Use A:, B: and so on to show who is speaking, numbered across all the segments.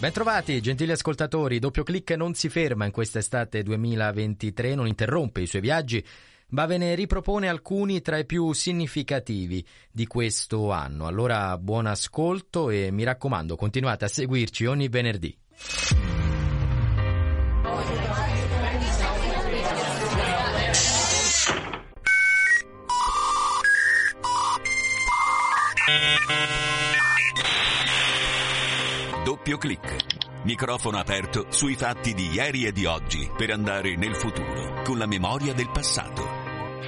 A: Bentrovati, gentili ascoltatori. Doppio Clic non si ferma in quest'estate 2023, non interrompe i suoi viaggi, ma ve ne ripropone alcuni tra i più significativi di questo anno. Allora buon ascolto e mi raccomando, continuate a seguirci ogni venerdì.
B: Doppio Clic. Microfono aperto sui fatti di ieri e di oggi per andare nel futuro con la memoria del passato.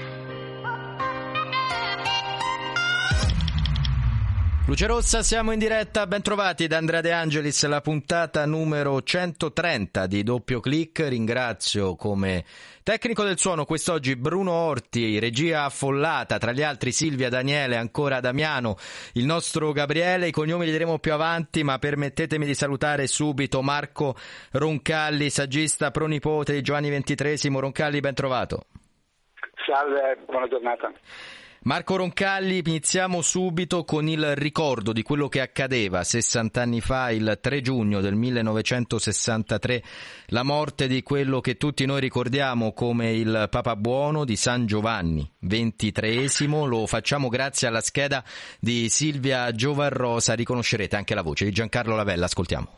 A: Luce Rossa, siamo in diretta, bentrovati da Andrea De Angelis, la puntata numero 130 di Doppio Clic. Ringrazio come tecnico del suono quest'oggi Bruno Orti, regia affollata, tra gli altri Silvia, Daniele, ancora Damiano, il nostro Gabriele, i cognomi li diremo più avanti, ma permettetemi di salutare subito Marco Roncalli, saggista pronipote di Giovanni XXIII. Roncalli, ben trovato.
C: Salve, buona giornata.
A: Marco Roncalli, iniziamo subito con il ricordo di quello che accadeva 60 anni fa, il 3 giugno del 1963, la morte di quello che tutti noi ricordiamo come il Papa Buono di San Giovanni XXIII. Lo facciamo grazie alla scheda di Silvia Giovarrosa, riconoscerete anche la voce di Giancarlo Lavella, ascoltiamo.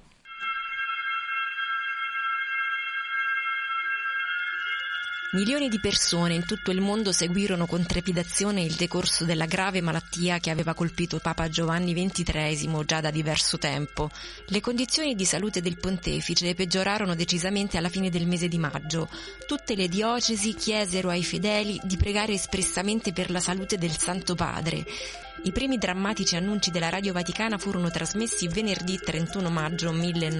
D: Milioni di persone in tutto il mondo seguirono con trepidazione il decorso della grave malattia che aveva colpito Papa Giovanni XXIII già da diverso tempo. Le condizioni di salute del pontefice peggiorarono decisamente alla fine del mese di maggio. Tutte le diocesi chiesero ai fedeli di pregare espressamente per la salute del Santo Padre. I primi drammatici annunci della Radio Vaticana furono trasmessi venerdì 31 maggio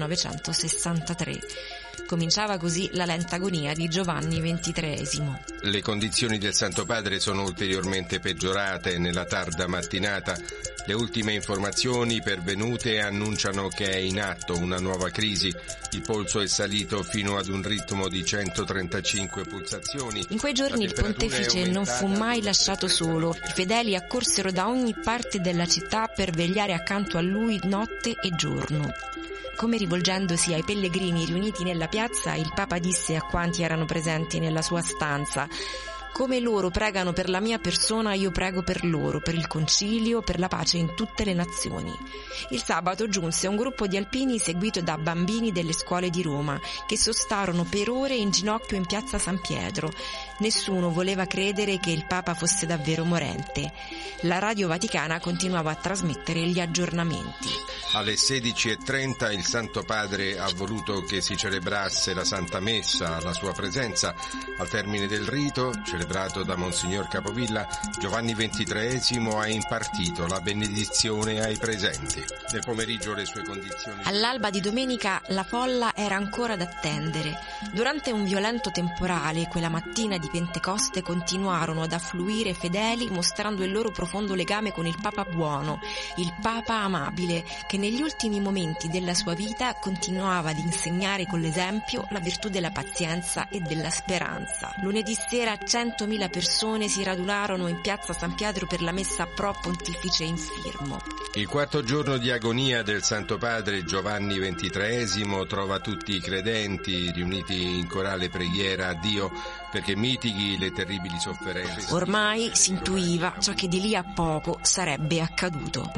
D: 1963. Cominciava così la lenta agonia di Giovanni XXIII.
E: Le condizioni del Santo Padre sono ulteriormente peggiorate nella tarda mattinata. Le ultime informazioni pervenute annunciano che è in atto una nuova crisi. Il polso è salito fino ad un ritmo di 135 pulsazioni.
D: In quei giorni il pontefice non fu mai lasciato solo. I fedeli accorsero da ogni parte della città per vegliare accanto a lui notte e giorno. Come rivolgendosi ai pellegrini riuniti nella piazza, il Papa disse a quanti erano presenti nella sua stanza: come loro pregano per la mia persona, io prego per loro, per il concilio, per la pace in tutte le nazioni. Il sabato giunse un gruppo di alpini seguito da bambini delle scuole di Roma, che sostarono per ore in ginocchio in piazza San Pietro. Nessuno voleva credere che il Papa fosse davvero morente. La Radio Vaticana continuava a trasmettere gli aggiornamenti.
E: Alle 16:30 il Santo Padre ha voluto che si celebrasse la Santa Messa alla sua presenza. Al termine del rito, celebrato da Monsignor Capovilla, Giovanni XXIII ha impartito la benedizione ai presenti. Nel pomeriggio le sue condizioni...
D: All'alba di domenica la folla era ancora da attendere. Durante un violento temporale, quella mattina di Pentecoste, continuarono ad affluire fedeli mostrando il loro profondo legame con il Papa Buono, il Papa amabile, che negli ultimi momenti della sua vita continuava ad insegnare con l'esempio la virtù della pazienza e della speranza. Lunedì sera 100.000 persone si radunarono in piazza San Pietro per la messa pro pontifice infirmo.
E: Il quarto giorno di agonia del Santo Padre Giovanni XXIII trova tutti i credenti riuniti in corale preghiera a Dio perché mitighi le terribili sofferenze.
D: Ormai si intuiva ciò che di lì a poco sarebbe accaduto.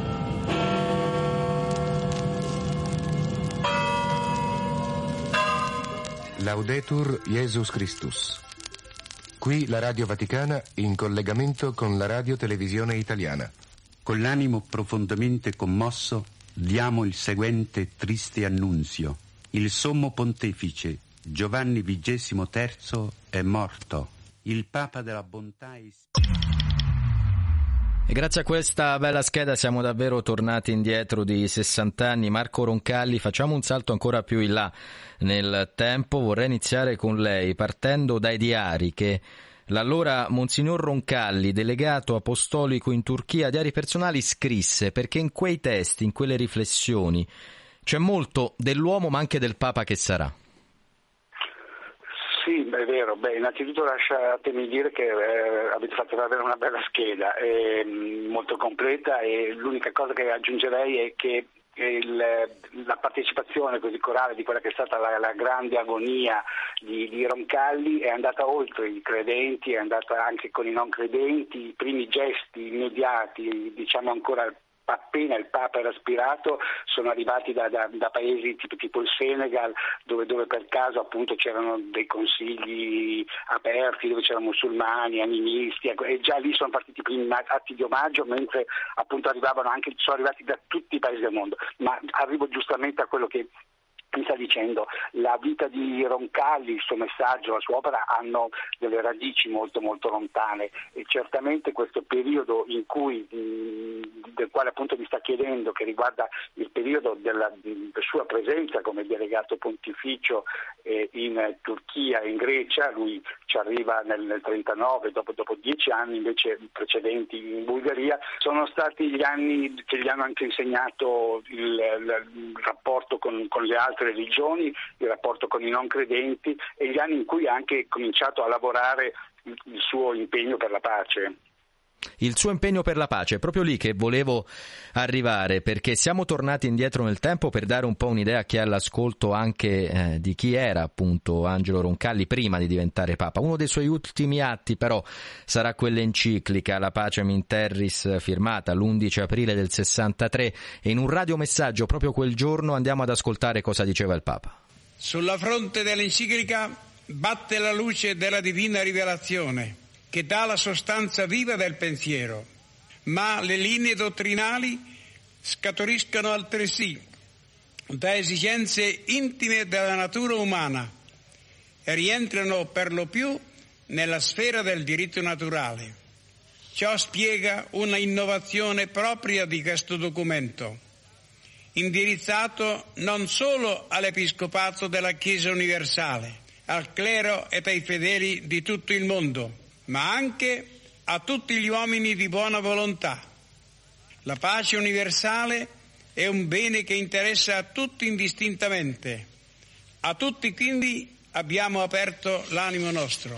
F: Laudetur Jesus Christus. Qui la Radio Vaticana in collegamento con la Radio Televisione Italiana.
G: Con l'animo profondamente commosso diamo il seguente triste annunzio. Il sommo pontefice Giovanni XXIII è morto. Il Papa della bontà e...
A: E grazie a questa bella scheda siamo davvero tornati indietro di 60 anni. Marco Roncalli, facciamo un salto ancora più in là nel tempo. Vorrei iniziare con lei, partendo dai diari che l'allora Monsignor Roncalli, delegato apostolico in Turchia, diari personali, scrisse, perché in quei testi, in quelle riflessioni, c'è molto dell'uomo ma anche del Papa che sarà.
C: Sì, è vero. Innanzitutto lasciatemi dire che avete fatto davvero una bella scheda, molto completa, e l'unica cosa che aggiungerei è che la partecipazione così corale di quella che è stata la grande agonia di Roncalli è andata oltre i credenti, è andata anche con i non credenti. I primi gesti immediati, diciamo ancora appena il Papa era aspirato, sono arrivati da paesi tipo il Senegal, dove per caso appunto c'erano dei consigli aperti, dove c'erano musulmani, animisti, e già lì sono partiti i primi atti di omaggio, mentre appunto sono arrivati da tutti i paesi del mondo. Ma arrivo giustamente a quello che mi sta dicendo. La vita di Roncalli, il suo messaggio, la sua opera hanno delle radici molto molto lontane, e certamente questo periodo in cui del quale appunto mi sta chiedendo, che riguarda il periodo della sua presenza come delegato pontificio in Turchia e in Grecia, lui ci arriva nel 39 dopo 10 anni invece precedenti in Bulgaria, sono stati gli anni che gli hanno anche insegnato il rapporto con le altre religioni, il rapporto con i non credenti, e gli anni in cui ha anche cominciato a lavorare il suo impegno per la pace.
A: Il suo impegno per la pace, è proprio lì che volevo arrivare, perché siamo tornati indietro nel tempo per dare un po' un'idea a chi è all'ascolto anche di chi era appunto Angelo Roncalli prima di diventare Papa. Uno dei suoi ultimi atti però sarà quell'enciclica La Pacem in Terris, firmata l'11 aprile del 63, e in un radiomessaggio proprio quel giorno andiamo ad ascoltare cosa diceva il Papa.
H: Sulla fronte dell'enciclica batte la luce della divina rivelazione, che dà la sostanza viva del pensiero, ma le linee dottrinali scaturiscono altresì da esigenze intime della natura umana e rientrano per lo più nella sfera del diritto naturale. Ciò spiega una innovazione propria di questo documento, indirizzato non solo all'Episcopato della Chiesa universale, al clero e ai fedeli di tutto il mondo, ma anche a tutti gli uomini di buona volontà. La pace universale è un bene che interessa a tutti indistintamente. A tutti quindi abbiamo aperto l'animo nostro.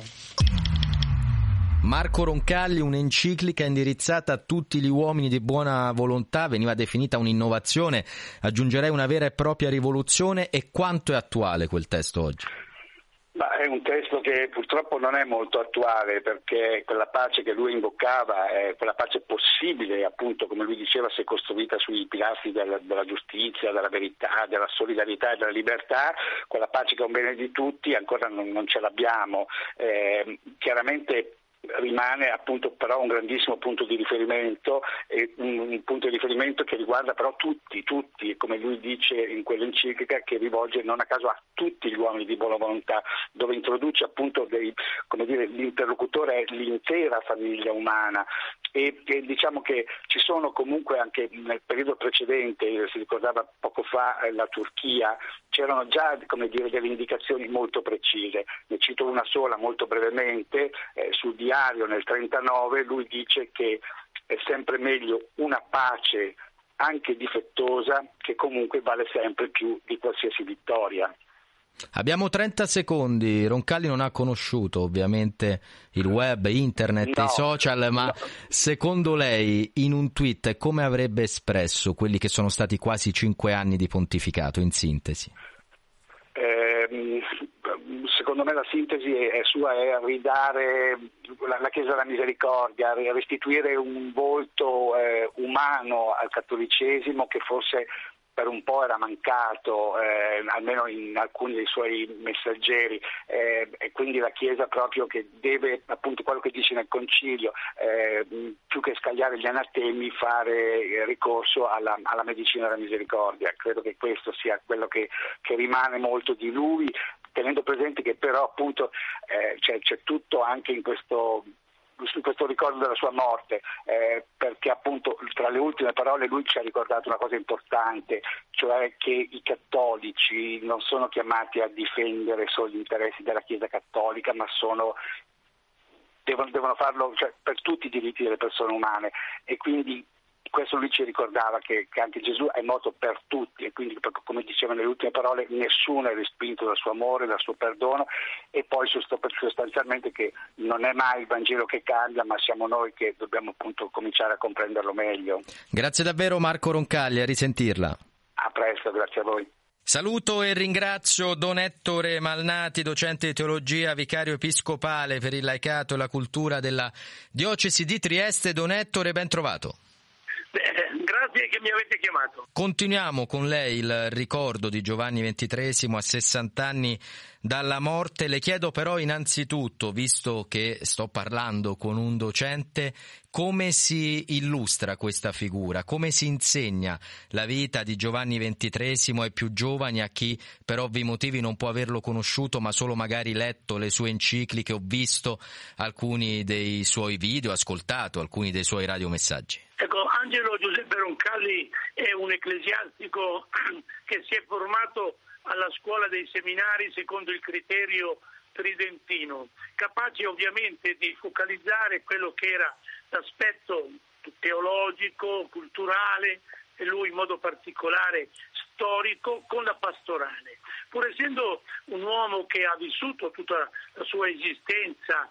A: Marco Roncalli, un'enciclica indirizzata a tutti gli uomini di buona volontà, veniva definita un'innovazione, aggiungerei una vera e propria rivoluzione. E quanto è attuale quel testo oggi?
C: Ma è un testo che purtroppo non è molto attuale, perché quella pace che lui invocava, quella pace possibile, appunto, come lui diceva, se costruita sui pilastri della giustizia, della verità, della solidarietà e della libertà, quella pace che è un bene di tutti, ancora non ce l'abbiamo. Chiaramente rimane appunto però un grandissimo punto di riferimento, un punto di riferimento che riguarda però tutti, come lui dice in quell'enciclica, che rivolge non a caso a tutti gli uomini di buona volontà, dove introduce appunto l'interlocutore è l'intera famiglia umana, e diciamo che ci sono comunque anche nel periodo precedente, si ricordava poco fa la Turchia, c'erano già delle indicazioni molto precise. Ne cito una sola molto brevemente. Sul diario nel 39 lui dice che è sempre meglio una pace anche difettosa, che comunque vale sempre più di qualsiasi vittoria.
A: Abbiamo 30 secondi. Roncalli non ha conosciuto ovviamente il web, internet, i social, ma secondo lei in un tweet come avrebbe espresso quelli che sono stati quasi 5 anni di pontificato, in sintesi?
C: Secondo me la sintesi è ridare la Chiesa della Misericordia, restituire un volto umano al cattolicesimo che forse per un po' era mancato, almeno in alcuni dei suoi messaggeri, e quindi la Chiesa proprio che deve, appunto quello che dice nel Concilio, più che scagliare gli anatemi, fare ricorso alla medicina della misericordia. Credo che questo sia quello che rimane molto di lui, tenendo presente che però appunto c'è tutto anche in questo ricordo della sua morte, perché appunto tra le ultime parole lui ci ha ricordato una cosa importante, cioè che i cattolici non sono chiamati a difendere solo gli interessi della Chiesa cattolica, ma devono farlo, cioè, per tutti i diritti delle persone umane, e quindi questo lui ci ricordava che anche Gesù è morto per tutti, e quindi, come diceva nelle ultime parole, nessuno è respinto dal suo amore, dal suo perdono, e poi sostanzialmente che non è mai il Vangelo che cambia, ma siamo noi che dobbiamo appunto cominciare a comprenderlo meglio.
A: Grazie davvero Marco Roncalli, a risentirla.
C: A presto, grazie a voi.
A: Saluto e ringrazio Don Ettore Malnati, docente di teologia, vicario episcopale per il laicato e la cultura della diocesi di Trieste. Don Ettore, ben trovato.
I: Grazie che mi avete chiamato.
A: Continuiamo con lei il ricordo di Giovanni XXIII a 60 anni dalla morte. Le chiedo però innanzitutto, visto che sto parlando con un docente, come si illustra questa figura, come si insegna la vita di Giovanni XXIII ai più giovani, a chi per ovvi motivi non può averlo conosciuto ma solo magari letto le sue encicliche o visto alcuni dei suoi video, ascoltato alcuni dei suoi radiomessaggi.
I: Ecco, Angelo Giuseppe Roncalli è un ecclesiastico che si è formato alla scuola dei seminari secondo il criterio tridentino, capace ovviamente di focalizzare quello che era l'aspetto teologico, culturale e lui in modo particolare storico con la pastorale. Pur essendo un uomo che ha vissuto tutta la sua esistenza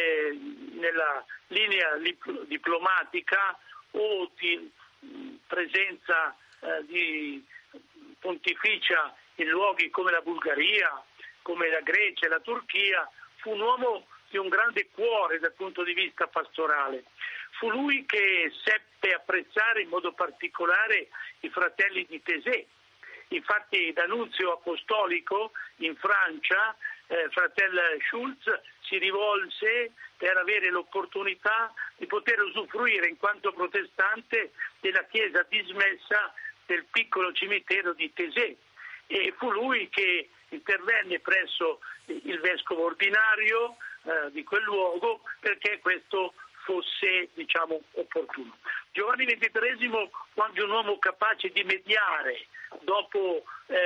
I: nella linea diplomatica o di presenza di pontificia in luoghi come la Bulgaria, come la Grecia e la Turchia, fu un uomo di un grande cuore dal punto di vista pastorale. Fu lui che seppe apprezzare in modo particolare i fratelli di Taizé. Infatti da nunzio apostolico in Francia, fratello Schulz si rivolse per avere l'opportunità di poter usufruire in quanto protestante della chiesa dismessa del piccolo cimitero di Taizé, e fu lui che intervenne presso il vescovo ordinario di quel luogo perché questo fosse, opportuno. Giovanni XXIII fu anche un uomo capace di mediare dopo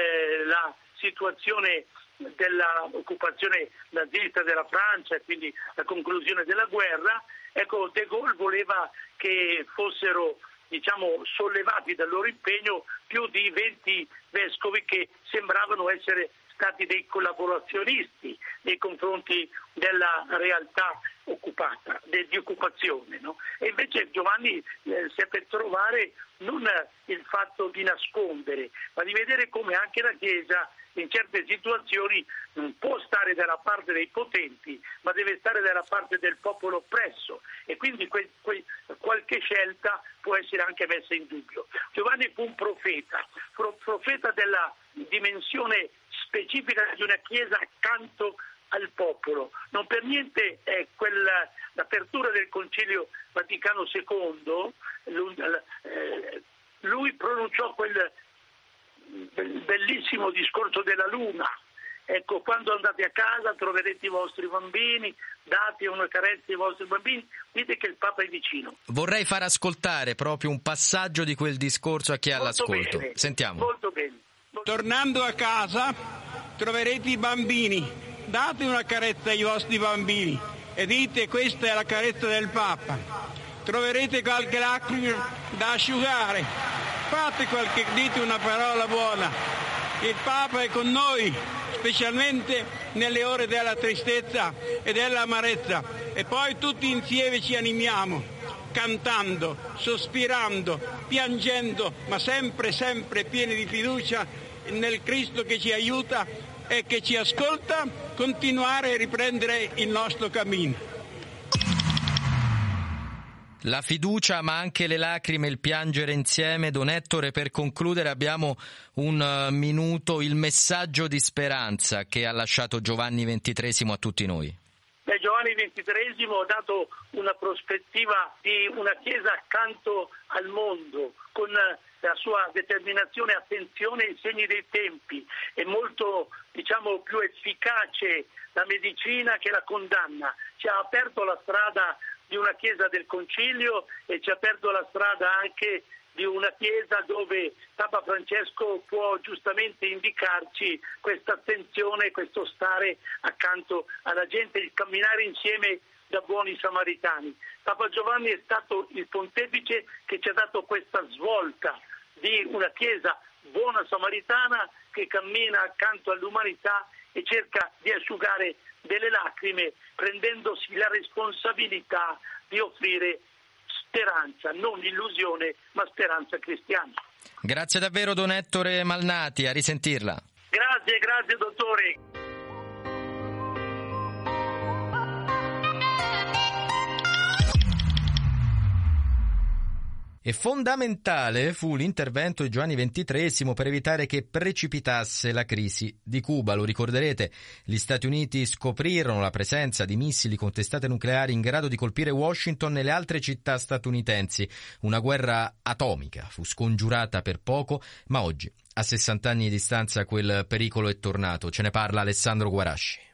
I: la situazione dell'occupazione nazista della Francia e quindi la conclusione della guerra. Ecco, De Gaulle voleva che fossero sollevati dal loro impegno più di 20 vescovi che sembravano essere stati dei collaborazionisti nei confronti della realtà occupata, di occupazione, no? E invece Giovanni seppe trovare non il fatto di nascondere, ma di vedere come anche la Chiesa in certe situazioni non può stare dalla parte dei potenti, ma deve stare dalla parte del popolo oppresso, e quindi qualche scelta può essere anche messa in dubbio. Giovanni fu un profeta della dimensione specifica di una Chiesa accanto al popolo. Non per niente è l'apertura del Concilio Vaticano II, lui pronunciò quel bellissimo discorso della Luna. Ecco, quando andate a casa troverete i vostri bambini, date una carezza ai vostri bambini, dite che il Papa è vicino.
A: Vorrei far ascoltare proprio un passaggio di quel discorso a chi è all'ascolto.
I: Bene,
A: sentiamo.
I: Molto bene.
H: Tornando a casa troverete i bambini, date una carezza ai vostri bambini e dite questa è la carezza del Papa. Troverete qualche lacrima da asciugare, dite una parola buona. Il Papa è con noi, specialmente nelle ore della tristezza e dell'amarezza, e poi tutti insieme ci animiamo, cantando, sospirando, piangendo, ma sempre pieni di fiducia nel Cristo che ci aiuta e che ci ascolta, continuare e riprendere il nostro cammino.
A: La fiducia, ma anche le lacrime, il piangere insieme. Don Ettore, per concludere abbiamo un minuto, il messaggio di speranza che ha lasciato Giovanni XXIII a tutti noi.
I: Giovanni XXIII ha dato una prospettiva di una Chiesa accanto al mondo, con la sua determinazione e attenzione ai segni dei tempi. È molto, più efficace la medicina che la condanna. Ci ha aperto la strada di una Chiesa del Concilio e ci ha aperto la strada anche di una Chiesa dove Papa Francesco può giustamente indicarci questa attenzione, questo stare accanto alla gente, il camminare insieme da buoni samaritani. Papa Giovanni è stato il pontefice che ci ha dato questa svolta di una Chiesa buona samaritana che cammina accanto all'umanità e cerca di asciugare delle lacrime prendendosi la responsabilità di offrire speranza, non illusione, ma speranza cristiana.
A: Grazie davvero Don Ettore Malnati, a risentirla.
I: Grazie dottore.
A: E fondamentale fu l'intervento di Giovanni XXIII per evitare che precipitasse la crisi di Cuba. Lo ricorderete, gli Stati Uniti scoprirono la presenza di missili con testate nucleari in grado di colpire Washington e le altre città statunitensi. Una guerra atomica fu scongiurata per poco, ma oggi, a 60 anni di distanza, quel pericolo è tornato. Ce ne parla Alessandro Guarasci.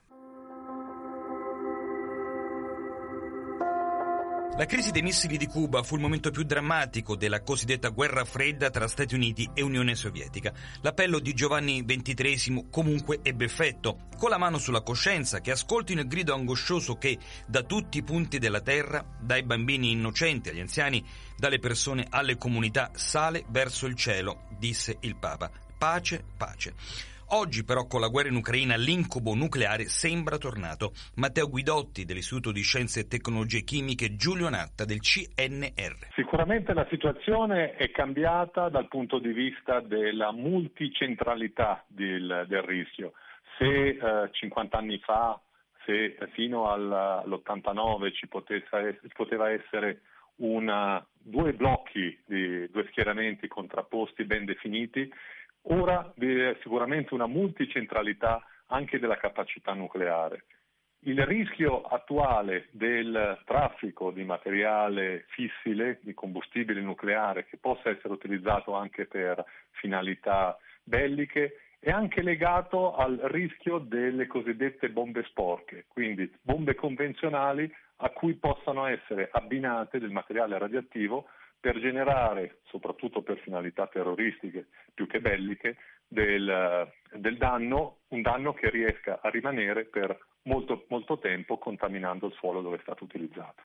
J: La crisi dei missili di Cuba fu il momento più drammatico della cosiddetta guerra fredda tra Stati Uniti e Unione Sovietica. L'appello di Giovanni XXIII comunque ebbe effetto. Con la mano sulla coscienza, che ascoltino il grido angoscioso che da tutti i punti della terra, dai bambini innocenti agli anziani, dalle persone alle comunità, sale verso il cielo, disse il Papa. Pace, pace. Oggi però con la guerra in Ucraina l'incubo nucleare sembra tornato. Matteo Guidotti dell'Istituto di Scienze e Tecnologie Chimiche, Giulio Natta del CNR.
K: Sicuramente la situazione è cambiata dal punto di vista della multicentralità del rischio. Se 50 anni fa, se fino all'89 ci poteva essere due blocchi, due schieramenti contrapposti ben definiti, ora vi è sicuramente una multicentralità anche della capacità nucleare. Il rischio attuale del traffico di materiale fissile, di combustibile nucleare, che possa essere utilizzato anche per finalità belliche, è anche legato al rischio delle cosiddette bombe sporche, quindi bombe convenzionali a cui possano essere abbinate del materiale radioattivo per generare, soprattutto per finalità terroristiche più che belliche, del danno, un danno che riesca a rimanere per molto, molto tempo contaminando il suolo dove è stato utilizzato.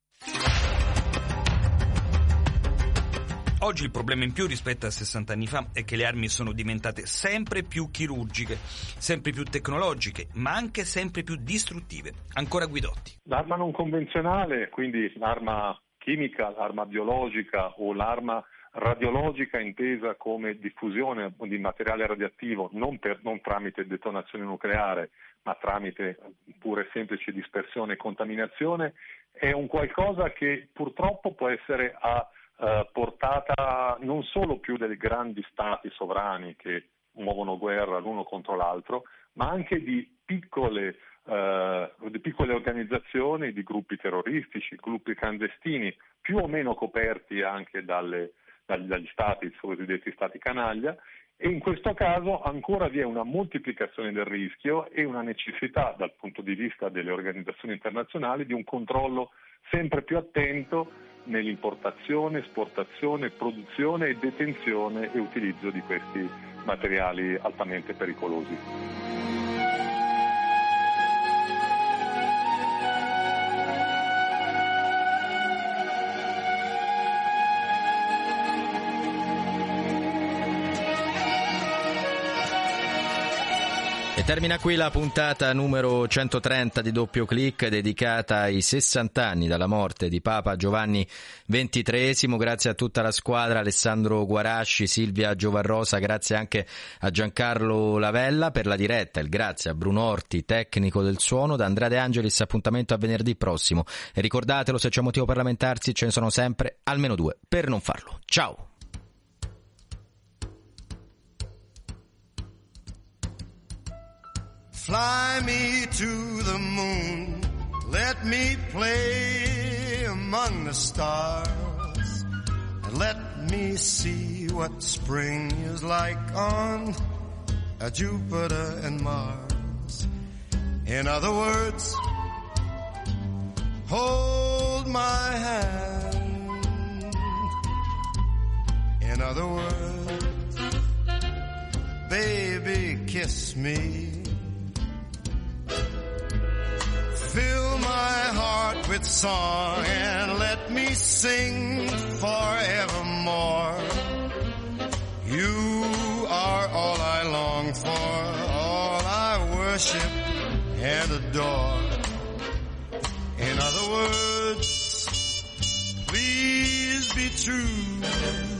J: Oggi il problema in più rispetto a 60 anni fa è che le armi sono diventate sempre più chirurgiche, sempre più tecnologiche, ma anche sempre più distruttive. Ancora Guidotti.
K: L'arma non convenzionale, quindi l'arma chimica, l'arma biologica o l'arma radiologica intesa come diffusione di materiale radioattivo non tramite detonazione nucleare ma tramite pure semplice dispersione e contaminazione, è un qualcosa che purtroppo può essere a portata non solo più dei grandi stati sovrani che muovono guerra l'uno contro l'altro, ma anche di piccole organizzazioni, di gruppi terroristici, gruppi clandestini, più o meno coperti anche dagli stati, i cosiddetti stati canaglia, e in questo caso ancora vi è una moltiplicazione del rischio e una necessità dal punto di vista delle organizzazioni internazionali di un controllo sempre più attento nell'importazione, esportazione, produzione e detenzione e utilizzo di questi materiali altamente pericolosi.
A: E termina qui la puntata numero 130 di Doppio Clic, dedicata ai 60 anni dalla morte di Papa Giovanni XXIII. Grazie a tutta la squadra, Alessandro Guarasci, Silvia Giovarrosa, grazie anche a Giancarlo Lavella per la diretta, il grazie a Bruno Orti, tecnico del suono. Da Andrea De Angelis, appuntamento a venerdì prossimo. E ricordatelo, se c'è motivo per lamentarsi, ce ne sono sempre almeno due per non farlo. Ciao!
L: Fly me to the moon, let me play among the stars, and let me see what spring is like on Jupiter and Mars. In other words, hold my hand. In other words, baby, kiss me. Fill my heart with song and let me sing forevermore. You are all I long for, all I worship and adore. In other words, please be true.